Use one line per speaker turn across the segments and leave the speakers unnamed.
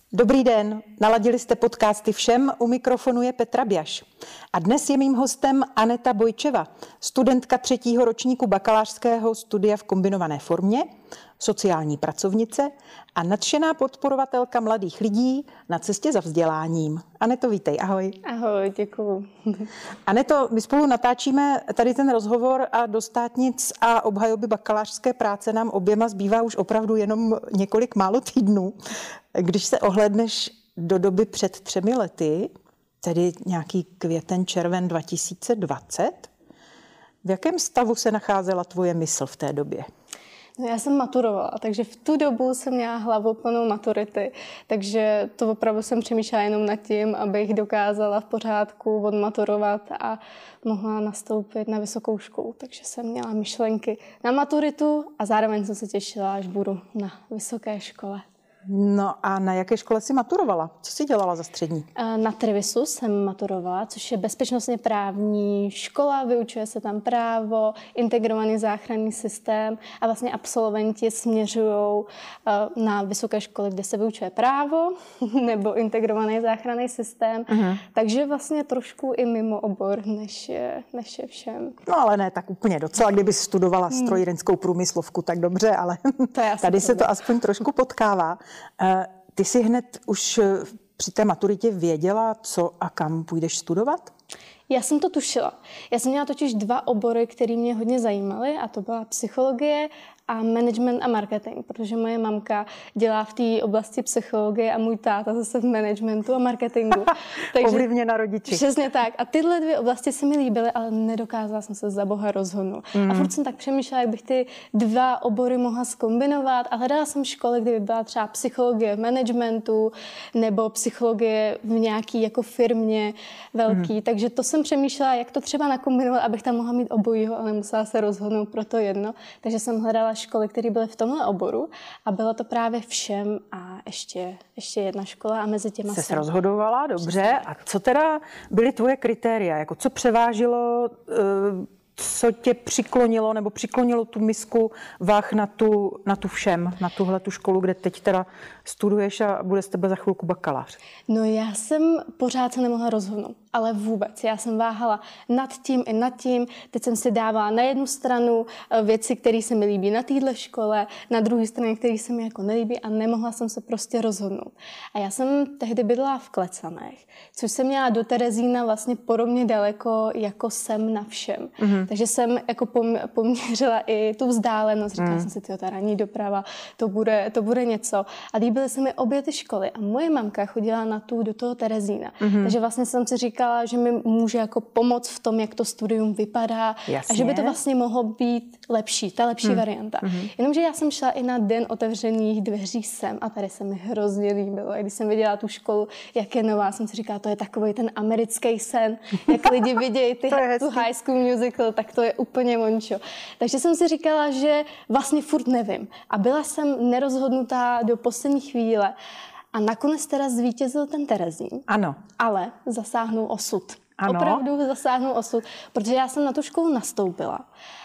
Dobrý den, naladili jste podcasty Všem, u mikrofonu je Petra Bjaš. A dnes je mým hostem Aneta Bojčeva, studentka 3. ročníku bakalářského studia v kombinované formě, sociální pracovnice a nadšená podporovatelka mladých lidí na cestě za vzděláním. Aneto, vítej, ahoj.
Ahoj, děkuju.
Aneto, my spolu natáčíme tady ten rozhovor a do státnic a obhajoby bakalářské práce nám oběma zbývá už opravdu jenom několik málo týdnů. Když se ohlédneš do doby před 3 lety, tedy nějaký květen, červen 2020, v jakém stavu se nacházela tvoje mysl v té době?
No, já jsem maturovala, takže v tu dobu jsem měla hlavu plnou maturity, takže to opravdu jsem přemýšlela jenom nad tím, abych dokázala v pořádku odmaturovat a mohla nastoupit na vysokou školu. Takže jsem měla myšlenky na maturitu a zároveň jsem se těšila, až budu na vysoké škole.
No a na jaké škole jsi maturovala? Co jsi dělala za střední?
Na Trevisu jsem maturovala, což je bezpečnostně právní škola, vyučuje se tam právo, integrovaný záchranný systém a vlastně absolventi směřují na vysoké školy, kde se vyučuje právo nebo integrovaný záchranný systém. Takže vlastně trošku i mimo obor, než je všem.
No ale ne tak úplně docela, kdyby studovala strojírenskou průmyslovku, tak dobře, ale tady se to aspoň trošku potkává. Ty jsi hned už při té maturitě věděla, co a kam půjdeš studovat?
Já jsem to tušila. Já jsem měla totiž 2 obory, které mě hodně zajímaly, a to byla psychologie a management a marketing, protože moje mamka dělá v té oblasti psychologie a můj táta zase v managementu a marketingu.
Takže ovlivněna rodiči.
Přesně tak. A tyhle 2 oblasti se mi líbily, ale nedokázala jsem se za boha rozhodnout. A furt jsem tak přemýšlela, jak bych ty 2 obory mohla zkombinovat a hledala jsem školy, kde by byla třeba psychologie v managementu nebo psychologie v nějaký jako firmě velký. Takže to jsem přemýšlela, jak to třeba nakombinovat, abych tam mohla mít obojího, ale musela se rozhodnout pro to jedno. Takže jsem hledala školy, které byly v tomhle oboru a bylo to právě Všem a ještě jedna škola a mezi těma
se rozhodovala, dobře. A co teda byly tvoje kritéria? Jako co převážilo, co tě přiklonilo nebo přiklonilo tu misku váh na tu Všem, na tuhle tu školu, kde teď teda studuješ a bude z tebe za chvilku bakalář?
No já jsem pořád se nemohla rozhodnout, ale vůbec. Já jsem váhala nad tím i nad tím. Teď jsem si dávala na jednu stranu věci, které se mi líbí na téhle škole, na druhé straně, které se mi jako nelíbí a nemohla jsem se prostě rozhodnout. A já jsem tehdy bydlela v Klecanech, což jsem měla do Terezína vlastně podobně daleko, jako jsem na Všem. Takže jsem jako poměřila i tu vzdálenost. Říkala jsem si, ta ranní doprava, to bude něco. A líbily se mi obě ty školy. A moje mamka chodila do toho Terezína. Takže vlastně jsem si říkala, že mi může jako pomoct v tom, jak to studium vypadá.
Jasně.
A že by to vlastně mohlo být lepší, ta lepší varianta. Jenomže já jsem šla i na den otevřených dveří sem a tady se mi hrozně líbilo. A když jsem viděla tu školu, jak je nová, jsem si říkala, to je takový ten americký sen, jak lidi vidějí tu High School Musical, tak to je úplně mončo. Takže jsem si říkala, že vlastně furt nevím. A byla jsem nerozhodnutá do poslední chvíle. A nakonec teda zvítězil ten Terezín.
Ano.
Ale zasáhnul osud.
Ano.
Opravdu zasáhnul osud, protože já jsem na tu školu nastoupila.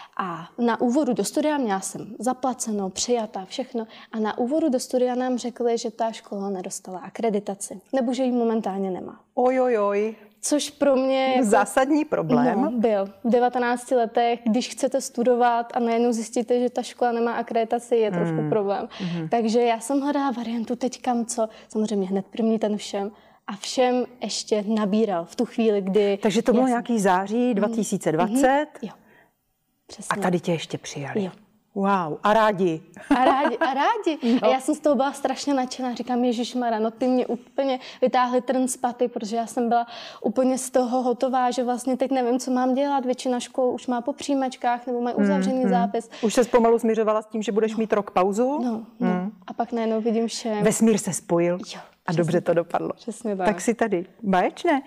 A na úvodu do studia měla jsem zaplaceno, přijata, všechno. A na úvodu do studia nám řekli, že ta škola nedostala akreditaci. Nebo že ji momentálně nemá.
Ojojoj.
Což pro mě jako
zásadní problém.
Byl. V 19 letech, když chcete studovat a najednou zjistíte, že ta škola nemá akreditaci, je trošku problém. Takže já jsem hledala variantu teď kam co. Samozřejmě hned první ten Všem. A Všem ještě nabíral v tu chvíli, kdy...
Takže to bylo nějaký září 2020?
Jo. Přesně.
A tady tě ještě přijali?
Jo.
Wow, a rádi.
A rádi. No. A já jsem z toho byla strašně nadšená. Říkám, ježišmarja, no ty mě úplně vytáhli trn z paty, protože já jsem byla úplně z toho hotová, že vlastně teď nevím, co mám dělat. Většina škol už má po přijímačkách nebo mají uzavřený zápis.
Už se pomalu směřovala s tím, že budeš mít rok pauzu?
No. A pak najednou vidím Všem.
Vesmír se spojil.
Jo.
A dobře to dopadlo.
Přesně tak.
Tak si tady. Báječné.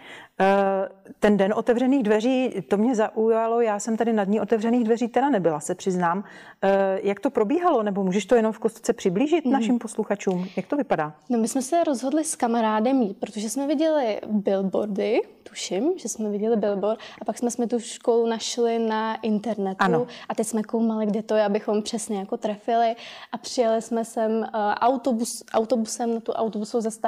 Ten den otevřených dveří, to mě zaujalo. Já jsem tady na dní otevřených dveří teda nebyla, se přiznám. Jak to probíhalo? Nebo můžeš to jenom v kostce přiblížit našim posluchačům? Jak to vypadá?
No, my jsme se rozhodli s kamarádem jít, protože jsme viděli billboardy, tuším, že jsme viděli billboard, a pak jsme tu školu našli na internetu.
Ano.
A teď jsme koumali, kde to je, abychom přesně jako trefili, a přijeli jsme sem autobusem na tu autobusovou zastávku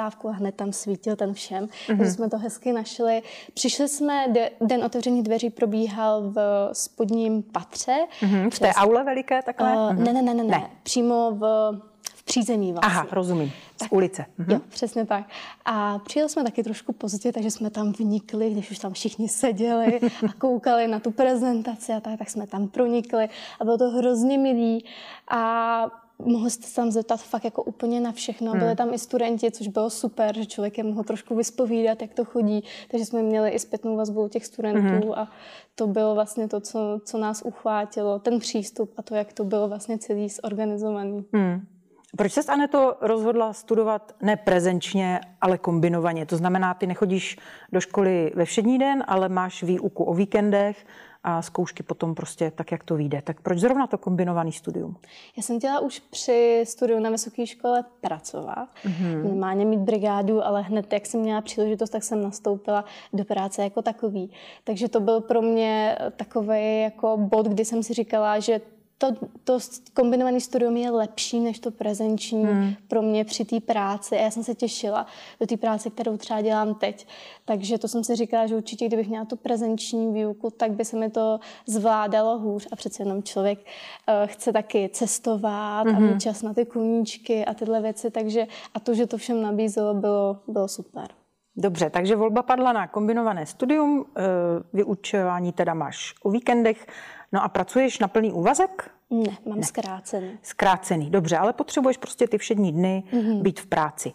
zastávku a hned tam svítil ten všem. Takže jsme to hezky našli. Přišli jsme, den otevřených dveří probíhal v spodním patře.
V té aule veliké takhle?
Ne. Přímo v přízemí vlastně.
Aha, rozumím. Z ulice.
Jo, přesně tak. A přijeli jsme taky trošku pozdě, takže jsme tam vnikli, když už tam všichni seděli a koukali na tu prezentaci a tak jsme tam pronikli a bylo to hrozně milý a mohli jste se tam zeptat fakt jako úplně na všechno. Byli tam i studenti, což bylo super, že člověk je mohl trošku vyspovídat, jak to chodí. Takže jsme měli i zpětnou vazbu těch studentů a to bylo vlastně to, co nás uchvátilo. Ten přístup a to, jak to bylo vlastně celý zorganizovaný.
Proč ses, Aneto, rozhodla studovat ne prezenčně, ale kombinovaně? To znamená, ty nechodíš do školy ve všední den, ale máš výuku o víkendech a zkoušky potom prostě tak, jak to vyjde. Tak proč zrovna to kombinovaný studium?
Já jsem chtěla už při studiu na vysoké škole pracovat. Normálně mít brigádu, ale hned, jak jsem měla příležitost, tak jsem nastoupila do práce jako takový. Takže to byl pro mě takový jako bod, kdy jsem si říkala, že to kombinované studium je lepší než to prezenční pro mě při té práci. A já jsem se těšila do té práce, kterou třeba dělám teď. Takže to jsem si říkala, že určitě, kdybych měla tu prezenční výuku, tak by se mi to zvládalo hůř. A přece jenom člověk chce taky cestovat a mít čas na ty koníčky a tyhle věci. Takže a to, že to všem nabízelo, bylo super.
Dobře, takže volba padla na kombinované studium, vyučování teda máš o víkendech. No a pracuješ na plný úvazek?
Ne, mám zkrácený.
Zkrácený, dobře, ale potřebuješ prostě ty všední dny být v práci.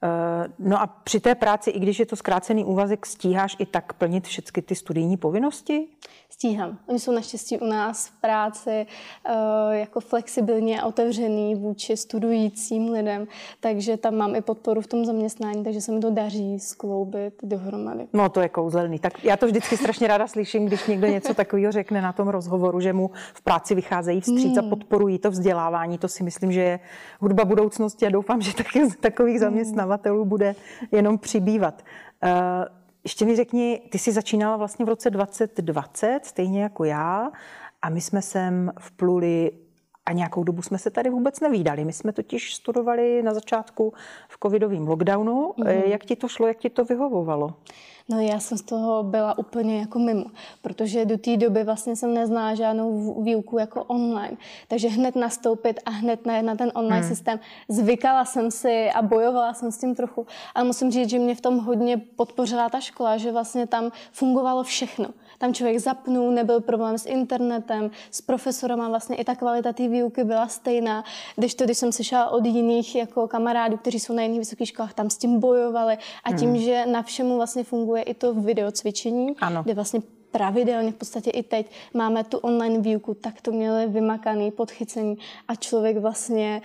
No a při té práci, i když je to zkrácený úvazek, stíháš i tak plnit všechny ty studijní povinnosti?
Stíhám. Oni jsou naštěstí u nás v práci jako flexibilně a otevřený vůči studujícím lidem, takže tam mám i podporu v tom zaměstnání, takže se mi to daří skloubit dohromady.
No to je kouzelný. Tak já to vždycky strašně ráda slyším, když někdo něco takového řekne na tom rozhovoru, že mu v práci vycházejí vstříc a podporují to vzdělávání. To si myslím, že je hudba budoucnosti a doufám, že taky takových zaměstnavatelů bude jenom přibývat. Ještě mi řekni, ty jsi začínala vlastně v roce 2020, stejně jako já, a my jsme sem vpluli a nějakou dobu jsme se tady vůbec nevídali. My jsme totiž studovali na začátku v covidovém lockdownu. Jak ti to šlo, jak ti to vyhovovalo?
No já jsem z toho byla úplně jako mimo, protože do té doby vlastně jsem neznala žádnou výuku jako online. Takže hned nastoupit a hned na ten online systém. Zvykala jsem si a bojovala jsem s tím trochu. Ale musím říct, že mě v tom hodně podpořila ta škola, že vlastně tam fungovalo všechno. Tam člověk zapnul, nebyl problém s internetem, s profesorama, vlastně i ta kvalita té výuky byla stejná. Když jsem slyšela od jiných jako kamarádů, kteří jsou na jiných vysokých školách, tam s tím bojovali a tím, že na všemu vlastně funguje i to videocvičení, kde vlastně pravidelně v podstatě i teď máme tu online výuku, tak to měli vymakaný, podchycený a člověk vlastně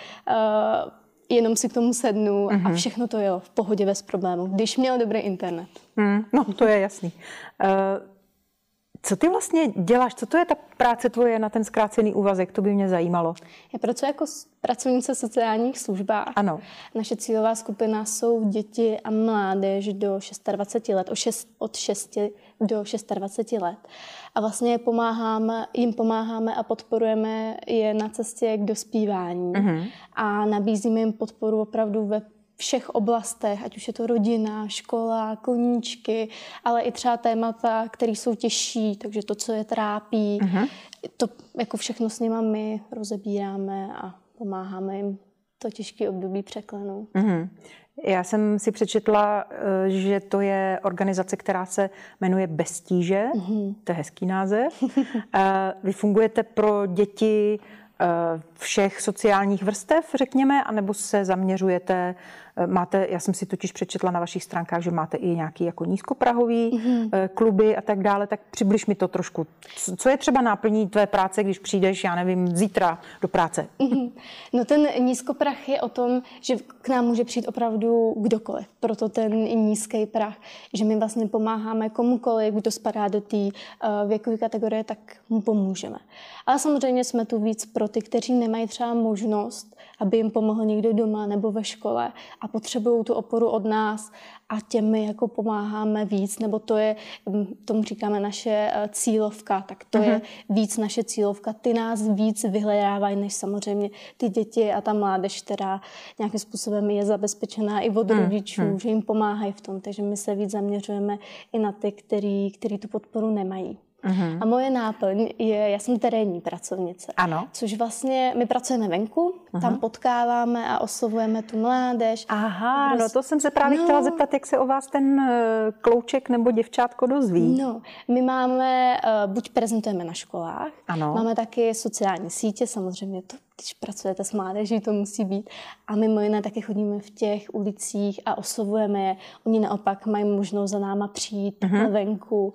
jenom si k tomu sednul a všechno to jelo v pohodě bez problémů, když měl dobrý internet.
No, to je jasný. Co ty vlastně děláš? Co to je ta práce tvoje na ten zkrácený úvazek? To by mě zajímalo.
Já pracuji jako pracovnice v sociálních službách.
Ano.
Naše cílová skupina jsou děti a mládež do 26 let, od 6 do 26 let. A vlastně jim pomáháme a podporujeme je na cestě k dospívání. A nabízíme jim podporu opravdu ve všech oblastech, ať už je to rodina, škola, koníčky, ale i třeba témata, které jsou těžší, takže to, co je trápí, to jako všechno s nima my rozebíráme a pomáháme jim to těžké období překlenout.
Já jsem si přečetla, že to je organizace, která se jmenuje Bez tíže. To je hezký název. Vy fungujete pro děti všech sociálních vrstev, řekněme, anebo se zaměřujete, já jsem si totiž přečetla na vašich stránkách, že máte i nějaký jako nízkoprahový kluby a tak dále, tak přibliž mi to trošku. Co je třeba náplní tvé práce, když přijdeš, já nevím, zítra do práce?
No ten nízkoprah je o tom, že k nám může přijít opravdu kdokoliv. Proto ten nízký prah, že my vlastně pomáháme komukoliv, kdo spadá do té věkové kategorie, tak mu pomůžeme. Ale samozřejmě jsme tu víc pro ty, kteří nemají třeba možnost aby jim pomohl někdo doma nebo ve škole a potřebují tu oporu od nás a těm my jako pomáháme víc, nebo tomu říkáme naše cílovka, tak to je víc naše cílovka. Ty nás víc vyhledávají, než samozřejmě ty děti a ta mládež, která nějakým způsobem je zabezpečená i od rodičů, že jim pomáhají v tom, takže my se víc zaměřujeme i na ty, který tu podporu nemají. A moje náplň je, já jsem terénní pracovnice,
ano.
Což vlastně my pracujeme venku, tam potkáváme a oslovujeme tu mládež.
Aha, no to jsem se právě chtěla zeptat, jak se o vás ten klouček nebo děvčátko dozví.
No, my máme, buď prezentujeme na školách,
ano.
Máme taky sociální sítě, samozřejmě to, když pracujete s mládeží, to musí být. A mimo jiné taky chodíme v těch ulicích a oslovujeme je. Oni naopak mají možnost za náma přijít venku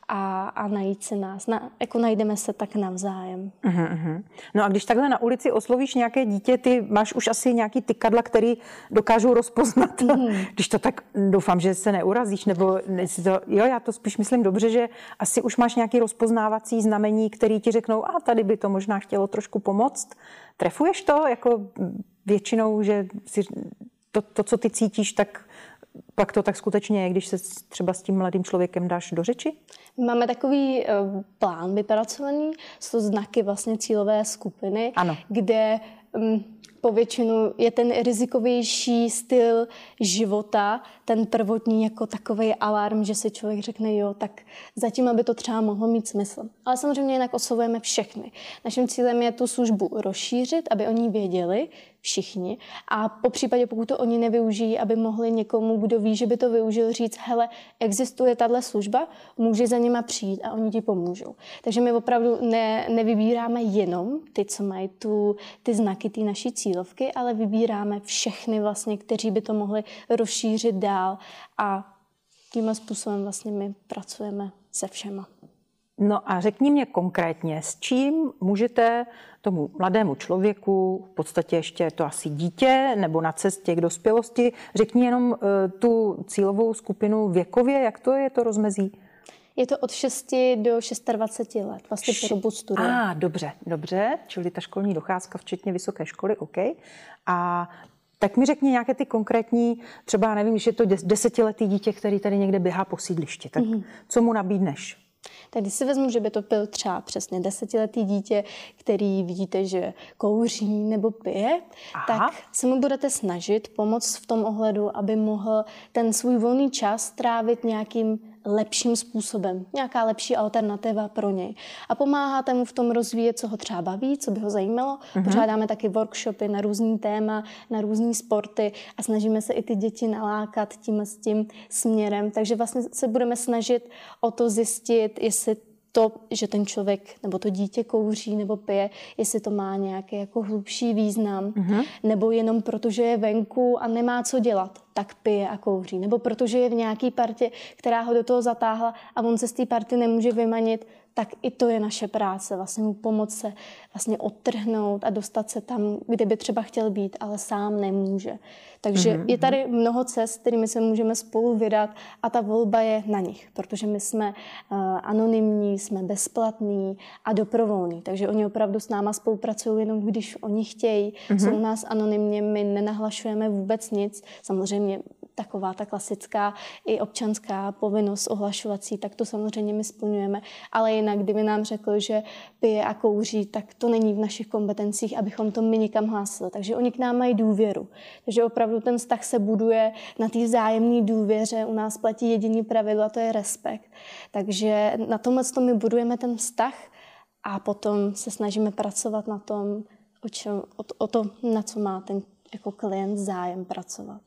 a najít si nás. Jako najdeme se tak navzájem.
No a když takhle na ulici oslovíš nějaké dítě, ty máš už asi nějaký tykadla, který dokážou rozpoznat. Když to tak doufám, že se neurazíš, nebo já to spíš myslím dobře, že asi už máš nějaký rozpoznávací znamení, který ti řeknou, a tady by to možná chtělo trošku pomoct. Trefuješ to jako většinou, že si to, co ty cítíš, tak pak to tak skutečně je, když se třeba s tím mladým člověkem dáš do řeči?
Máme takový plán vypracovaný, jsou znaky vlastně cílové skupiny,
ano.
Kde povětšinu je ten rizikovější styl života, ten prvotní jako takovej alarm, že si člověk řekne, jo, tak zatím, aby to třeba mohlo mít smysl. Ale samozřejmě jinak oslovujeme všechny. Naším cílem je tu službu rozšířit, aby oni věděli, všichni. A po případě, pokud to oni nevyužijí, aby mohli někomu, kdo ví, že by to využil, říct, hele, existuje tahle služba, může za nima přijít a oni ti pomůžou. Takže my opravdu nevybíráme jenom ty, co mají ty znaky té naší cílovky, ale vybíráme všechny vlastně, kteří by to mohli rozšířit dál a tímhle způsobem vlastně my pracujeme se všema.
No a řekni mě konkrétně, s čím můžete tomu mladému člověku, v podstatě ještě je to asi dítě nebo na cestě k dospělosti, řekni jenom tu cílovou skupinu věkově, jak to je to rozmezí?
Je to od 6 do 26 let, vlastně po dobu studia.
Dobře, čili ta školní docházka, včetně vysoké školy, OK. A tak mi řekni nějaké ty konkrétní, třeba nevím, když je to 10letý dítě, který tady někde běhá po sídlišti, tak co mu nabídneš?
Tak když si vezmu, že by to byl třeba přesně 10letý dítě, který vidíte, že kouří nebo pije, tak se mu budete snažit pomoct v tom ohledu, aby mohl ten svůj volný čas trávit nějakým lepším způsobem, nějaká lepší alternativa pro něj. A pomáháte mu v tom rozvíjet, co ho třeba baví, co by ho zajímalo. Pořádáme taky workshopy na různý téma, na různý sporty a snažíme se i ty děti nalákat s tím směrem. Takže vlastně se budeme snažit o to zjistit, jestli to, že ten člověk nebo to dítě kouří nebo pije, jestli to má nějaký jako hlubší význam, nebo jenom protože je venku a nemá co dělat, tak pije a kouří, nebo protože je v nějaký partě, která ho do toho zatáhla a on se z té party nemůže vymanit, tak i to je naše práce, vlastně mu pomoct se vlastně odtrhnout a dostat se tam, kde by třeba chtěl být, ale sám nemůže. Takže je tady mnoho cest, kterými se můžeme spolu vydat a ta volba je na nich, protože my jsme anonymní, jsme bezplatní a dobrovolní, takže oni opravdu s náma spolupracují jenom, když oni chtějí. Jsou u nás anonymně, my nenahlašujeme vůbec nic, samozřejmě taková ta klasická i občanská povinnost ohlašovací, tak to samozřejmě my splňujeme, ale jinak, kdyby nám řekl, že pije a kouří, tak to není v našich kompetencích, abychom to my nikam hlásili. Takže oni k nám mají důvěru. Takže opravdu ten vztah se buduje na té vzájemné důvěře. U nás platí jediný pravidlo a to je respekt. Takže na tomhle my budujeme ten vztah a potom se snažíme pracovat na tom, o to, na co má ten jako klient zájem pracovat.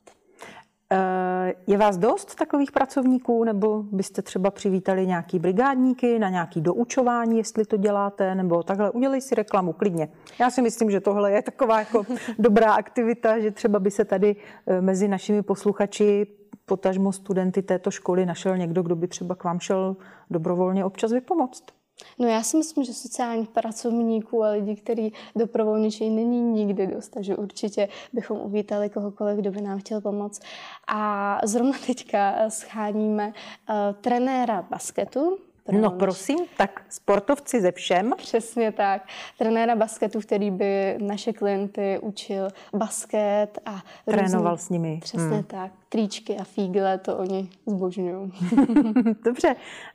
Je vás dost takových pracovníků, nebo byste třeba přivítali nějaký brigádníky na nějaký doučování, jestli to děláte, nebo takhle udělej si reklamu klidně. Já si myslím, že tohle je taková jako dobrá aktivita, že třeba by se tady mezi našimi posluchači, potažmo studenty této školy našel někdo, kdo by třeba k vám šel dobrovolně občas vypomoct.
No já si myslím, že sociálních pracovníků a lidí, kteří dobrovolničí, není nikdy dost, takže určitě bychom uvítali kohokoliv, kdo by nám chtěl pomoct. A zrovna teďka scháníme trenéra basketu
No prosím, tak sportovci ze všem.
Přesně tak. Trenéra basketu, který by naše klienty učil basket a
trénoval s nimi.
Přesně tak. Tričky a fígle, to oni zbožňují.
Dobře.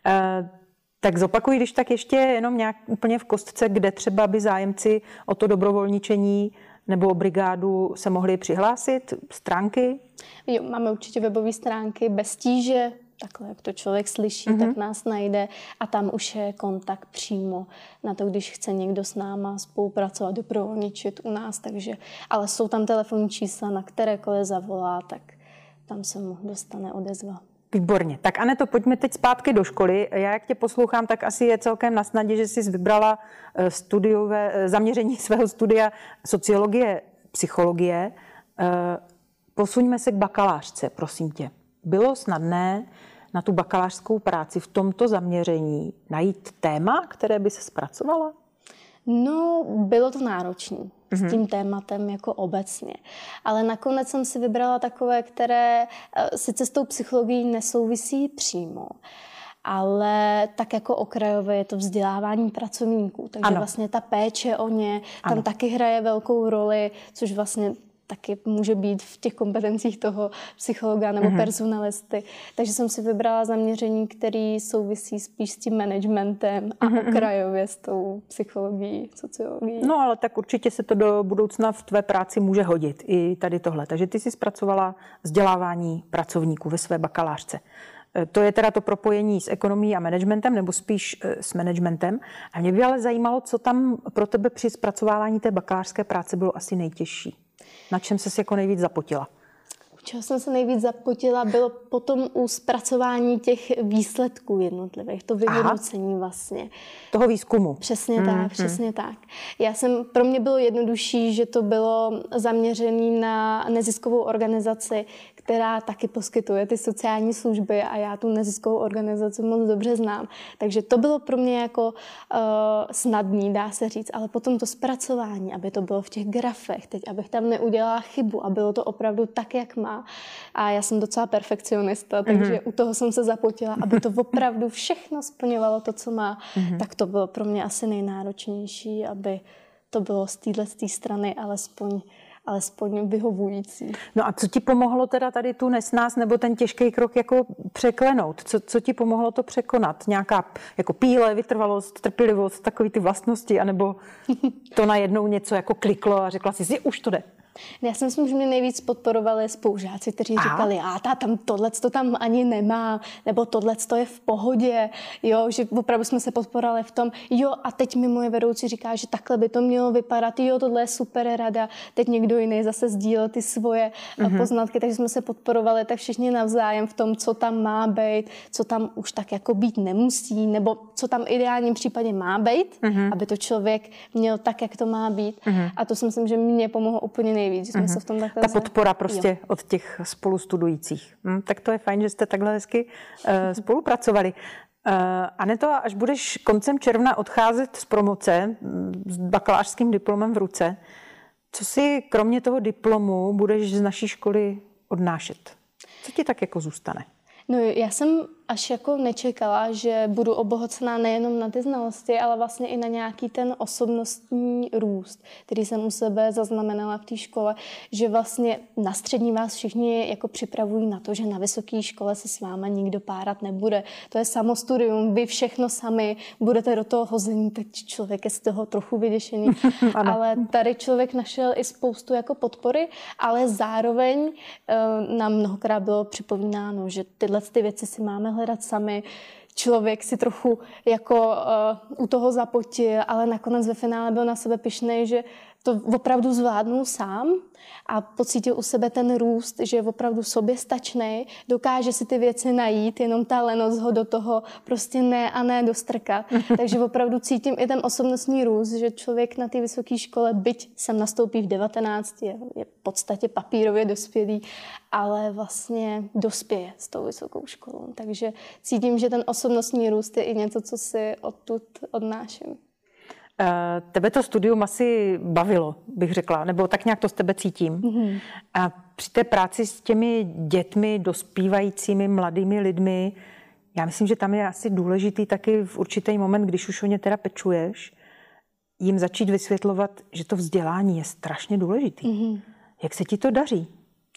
Tak zopakuji, když tak ještě jenom nějak úplně v kostce, kde třeba by zájemci o to dobrovolničení nebo o brigádu se mohli přihlásit? Stránky?
Jo, máme určitě webové stránky bez tíže, takhle jak to člověk slyší, tak nás najde a tam už je kontakt přímo na to, když chce někdo s náma spolupracovat, dobrovolničit u nás, takže, ale jsou tam telefonní čísla, na kterékoliv zavolá, tak tam se mu dostane odezva.
Výborně. Tak Aneto, pojďme teď zpátky do školy. Já jak tě poslouchám, tak asi je celkem na snadě, že jsi vybrala studiové zaměření svého studia sociologie, psychologie. Posuňme se k bakalářce, prosím tě. Bylo snadné na tu bakalářskou práci v tomto zaměření najít téma, které by se zpracovala?
No, bylo to náročné s tím tématem jako obecně. Ale nakonec jsem si vybrala takové, které sice s tou psychologií nesouvisí přímo, ale tak jako okrajové je to vzdělávání pracovníků. Takže vlastně ta péče o ně tam taky hraje velkou roli, což vlastně taky může být v těch kompetencích toho psychologa nebo personalisty. Takže jsem si vybrala zaměření, které souvisí spíš s tím managementem a okrajově s tou psychologií, sociologií.
No ale tak určitě se to do budoucna v tvé práci může hodit, i tady tohle. Takže ty jsi zpracovala vzdělávání pracovníků ve své bakalářce. To je teda to propojení s ekonomií a managementem, nebo spíš s managementem. A mě by ale zajímalo, co tam pro tebe při zpracovávání té bakalářské práce bylo asi nejtěžší. Na čem ses jako nejvíc zapotila?
Čeho jsem se nejvíc zapotila, bylo potom u zpracování těch výsledků jednotlivých, to vyhodnocení vlastně.
Toho výzkumu.
Přesně tak, přesně tak. Pro mě bylo jednodušší, že to bylo zaměřené na neziskovou organizaci, která taky poskytuje ty sociální služby a já tu neziskovou organizaci moc dobře znám. Takže to bylo pro mě jako snadný, dá se říct, ale potom to zpracování, aby to bylo v těch grafech, teď abych tam neudělala chybu a bylo to opravdu tak, jak má. A já jsem docela perfekcionista, takže u toho jsem se zapotila, aby to opravdu všechno splňovalo to, co má. Tak to bylo pro mě asi nejnáročnější, aby to bylo z této strany alespoň vyhovující.
No a co ti pomohlo teda tady tu nesnáz nebo ten těžký krok jako překlenout? Co ti pomohlo to překonat? Nějaká jako píle, vytrvalost, trpělivost, takový ty vlastnosti, anebo to najednou něco jako kliklo a řekla si, už to jde?
Já si myslím, že mě nejvíc podporovali spolužáci, kteří říkali, tam tohleto tam ani nemá, nebo tohleto je v pohodě, jo, že opravdu jsme se podporovali v tom, a teď mi moje vedoucí říká, že takhle by to mělo vypadat, tohle je super rada, teď někdo jiný zase sdílel ty svoje poznatky, takže jsme se podporovali tak všichni navzájem v tom, co tam má být, co tam už tak jako být nemusí, nebo co tam v ideálním případě má být, aby to člověk měl tak, jak to má být. A to si myslím, že mě pomohlo úplně nejvíc. Jsme se v tom takhle
ta podpora prostě od těch spolustudujících. Tak to je fajn, že jste takhle hezky spolupracovali. Aneto, až budeš koncem června odcházet z promoce s bakalářským diplomem v ruce, co si kromě toho diplomu budeš z naší školy odnášet? Co ti tak jako zůstane?
No, já jsem až jako nečekala, že budu obohacená nejenom na ty znalosti, ale vlastně i na nějaký ten osobnostní růst, který jsem u sebe zaznamenala v té škole, že vlastně na střední vás všichni jako připravují na to, že na vysoké škole se s váma nikdo párat nebude. To je samostudium, vy všechno sami budete do toho hození, teď člověk je z toho trochu vyděšený. Ale tady člověk našel i spoustu jako podpory, ale zároveň nám mnohokrát bylo připomínáno, že tyhle ty věci si máme hledat sami. Člověk si trochu jako u toho zapotil, ale nakonec ve finále byl na sebe pyšnej, že to opravdu zvládnul sám a pocítil u sebe ten růst, že je opravdu soběstačnej, dokáže si ty věci najít, jenom ta lenost ho do toho prostě ne dostrkat. Takže opravdu cítím i ten osobnostní růst, že člověk na té vysoké škole, byť sem nastoupí v 19, je v podstatě papírově dospělý, ale vlastně dospěje s tou vysokou školou. Takže cítím, že ten osobnostní růst je i něco, co si odtud odnáším.
Tebe to studium asi bavilo, bych řekla, nebo tak nějak to z tebe cítím. A při té práci s těmi dětmi, dospívajícími, mladými lidmi, Já myslím, že tam je asi důležitý taky v určitý moment, když už o ně teda pečuješ, jim začít vysvětlovat, že to vzdělání je strašně důležitý. Mm-hmm. Jak se ti to daří?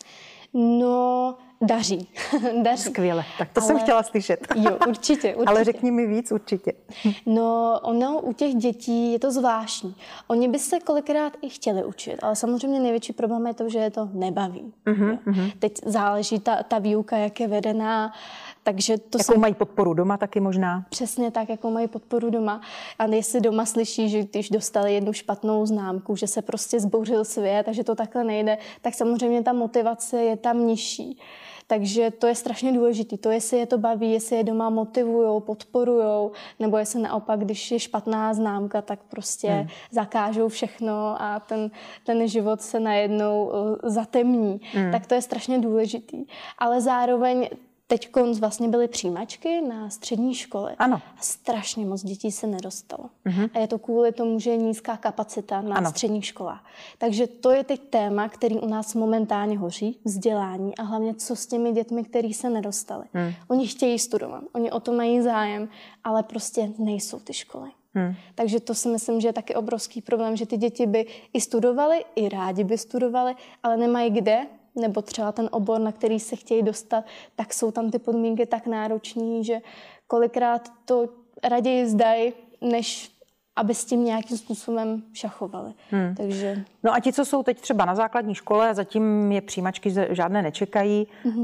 No, daří.
Skvěle, tak to jsem chtěla slyšet.
Jo, určitě.
Ale řekni mi víc určitě.
No, ono u těch dětí je to zvláštní. Oni by se kolikrát i chtěli učit, ale samozřejmě největší problém je to, že je to nebaví. Teď záleží ta výuka, jak je vedená. Takže to
jakou mají podporu doma taky možná?
Přesně tak, jakou mají podporu doma. A jestli doma slyší, že když dostali jednu špatnou známku, že se prostě zbouřil svět a že to takhle nejde, tak samozřejmě ta motivace je tam nižší. Takže to je strašně důležité. To, jestli je to baví, jestli je doma motivujou, podporujou, nebo jestli naopak, když je špatná známka, tak prostě zakážou všechno a ten život se najednou zatemní. Tak to je strašně důležitý. Ale zároveň teď vlastně byly přijímačky na střední školy.
Ano.
A strašně moc dětí se nedostalo. A je to kvůli tomu, že je nízká kapacita na středních školách. Takže to je teď téma, který u nás momentálně hoří, vzdělání a hlavně co s těmi dětmi, který se nedostali. Oni chtějí studovat, oni o to mají zájem, ale prostě nejsou ty školy. Takže to si myslím, že je taky obrovský problém, že ty děti by i studovaly, i rádi by studovaly, ale nemají kde, nebo třeba ten obor, na který se chtějí dostat, tak jsou tam ty podmínky tak náročný, že kolikrát to raději zdají, než aby s tím nějakým způsobem šachovali. Takže...
No a ti, co jsou teď třeba na základní škole, zatím je přijímačky žádné nečekají,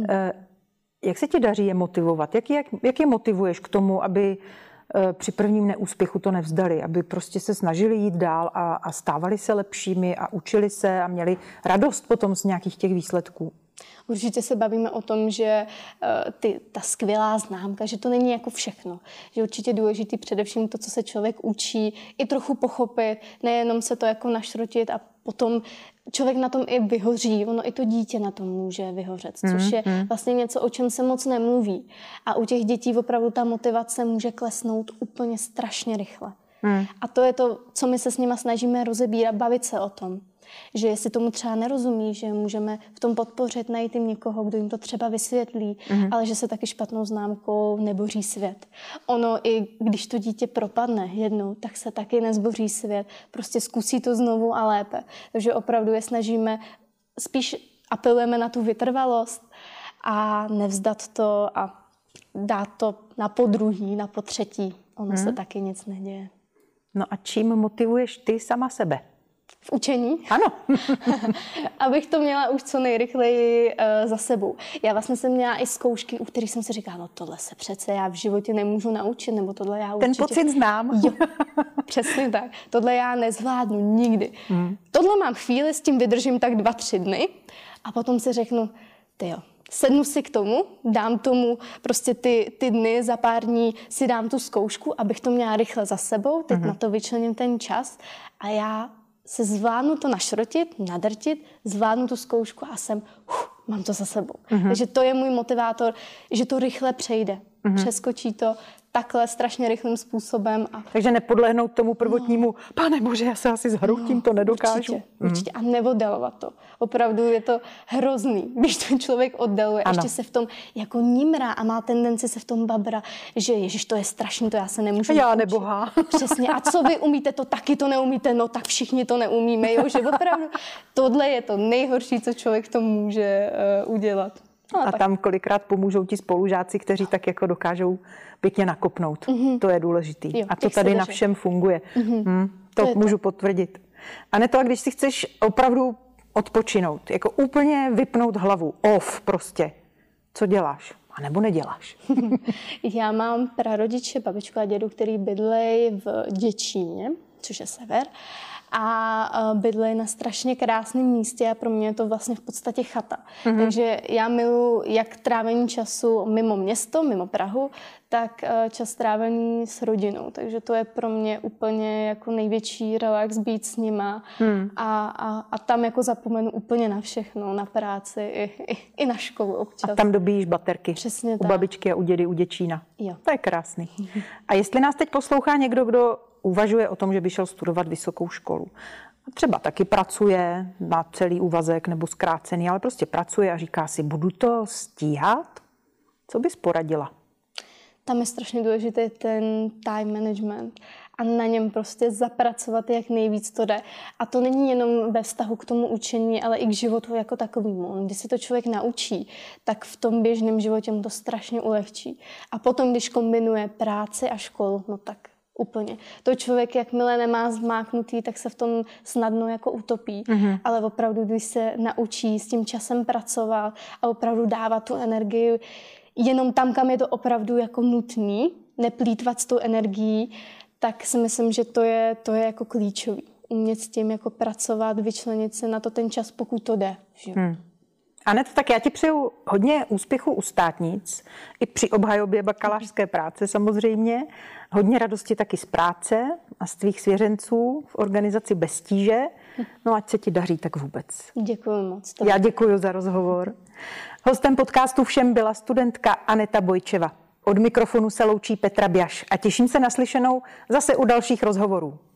jak se ti daří je motivovat? Jak je motivuješ k tomu, aby při prvním neúspěchu to nevzdali, aby prostě se snažili jít dál a stávali se lepšími a učili se a měli radost potom z nějakých těch výsledků?
Určitě se bavíme o tom, že ta skvělá známka, že to není jako všechno. Že určitě je důležitý především to, co se člověk učí, i trochu pochopit, nejenom se to jako našrotit a potom člověk na tom i vyhoří, ono i to dítě na tom může vyhořet, což je vlastně něco, o čem se moc nemluví. A u těch dětí opravdu ta motivace může klesnout úplně strašně rychle. A to je to, co my se s nima snažíme rozebírat, bavit se o tom. Že jestli tomu třeba nerozumí, že můžeme v tom podpořit, najít jim někoho, kdo jim to třeba vysvětlí, ale že se taky špatnou známkou neboří svět. Ono i když to dítě propadne jednou, tak se taky nezboří svět. Prostě zkusí to znovu a lépe. Takže opravdu je snažíme, spíš apelujeme na tu vytrvalost a nevzdat to a dát to na podruhý, na potřetí. Ono se taky nic neděje.
No a čím motivuješ ty sama sebe?
V učení?
Ano.
Abych to měla už co nejrychleji za sebou. Já vlastně jsem měla i zkoušky, u kterých jsem si říkala, no tohle se přece já v životě nemůžu naučit, nebo tohle já určitě...
Ten pocit znám.
Jo, přesně tak. Tohle já nezvládnu nikdy. Tohle mám chvíli, s tím vydržím tak 2-3 dny a potom si řeknu, tyjo, sednu si k tomu, dám tomu prostě ty dny, za pár dní si dám tu zkoušku, abych to měla rychle za sebou, teď na to vyčlením ten čas a já se zvládnu to našrotit, nadrtit, zvládnu tu zkoušku a mám to za sebou. Takže to je můj motivátor, že to rychle přejde. Přeskočí to takhle strašně rychlým způsobem.
Takže nepodlehnout tomu prvotnímu, Pane Bože, já se asi zhroutím, to nedokážu.
Určitě. A neoddalovat to. Opravdu je to hrozný, když ten člověk oddaluje. Ano. Ještě se v tom jako nímrá a má tendenci se v tom babra, že ježiš, to je strašný, to já se nemůžu
Já nebohá.
Přesně. A co vy umíte, to taky to neumíte, no tak všichni to neumíme. Jo? Že opravdu tohle je to nejhorší, co člověk to může udělat.
No, a tam kolikrát pomůžou ti spolužáci, kteří tak jako dokážou pěkně nakopnout. To je důležitý.
Jo,
a to tady na všem funguje. To můžu potvrdit. Aneto, a když si chceš opravdu odpočinout, jako úplně vypnout hlavu, off prostě, co děláš? A nebo neděláš?
Já mám prarodiče, babičku a dědu, který bydlejí v Děčíně, což je sever. A bydlejí na strašně krásném místě a pro mě je to vlastně v podstatě chata. Takže já miluji jak trávení času mimo město, mimo Prahu, tak čas trávení s rodinou. Takže to je pro mě úplně jako největší relax být s nima a tam jako zapomenu úplně na všechno, na práci i na školu občas.
A tam dobíjíš baterky.
Přesně
u
tak.
Babičky a u dědy, u Děčína.
Jo.
To je krásný. A jestli nás teď poslouchá někdo, kdo uvažuje o tom, že by šel studovat vysokou školu. A třeba taky pracuje na celý úvazek nebo zkrácený, ale prostě pracuje a říká si, budu to stíhat? Co bys poradila?
tam je strašně důležitý ten time management a na něm prostě zapracovat, jak nejvíc to jde. A to není jenom ve vztahu k tomu učení, ale i k životu jako takovému. Když se to člověk naučí, tak v tom běžném životě mu to strašně ulehčí. A potom, když kombinuje práci a školu, no tak úplně. To člověk, jakmile nemá zmáknutý, tak se v tom snadno jako utopí. Ale opravdu, když se naučí s tím časem pracovat a opravdu dávat tu energii jenom tam, kam je to opravdu jako nutný, neplýtvat s tou energií, tak si myslím, že to je jako klíčový. Umět s tím jako pracovat, vyčlenit se na to ten čas, pokud to jde.
Aneto, tak já ti přeju hodně úspěchu u státnic, i při obhajobě bakalářské práce samozřejmě. Hodně radosti taky z práce a z tvých svěřenců v organizaci Bez tíže. No ať se ti daří tak vůbec.
Děkuji moc.
Já děkuji za rozhovor. Hostem podcastu Všem byla studentka Aneta Bojčeva. Od mikrofonu se loučí Petra Bjaš a těším se na slyšenou zase u dalších rozhovorů.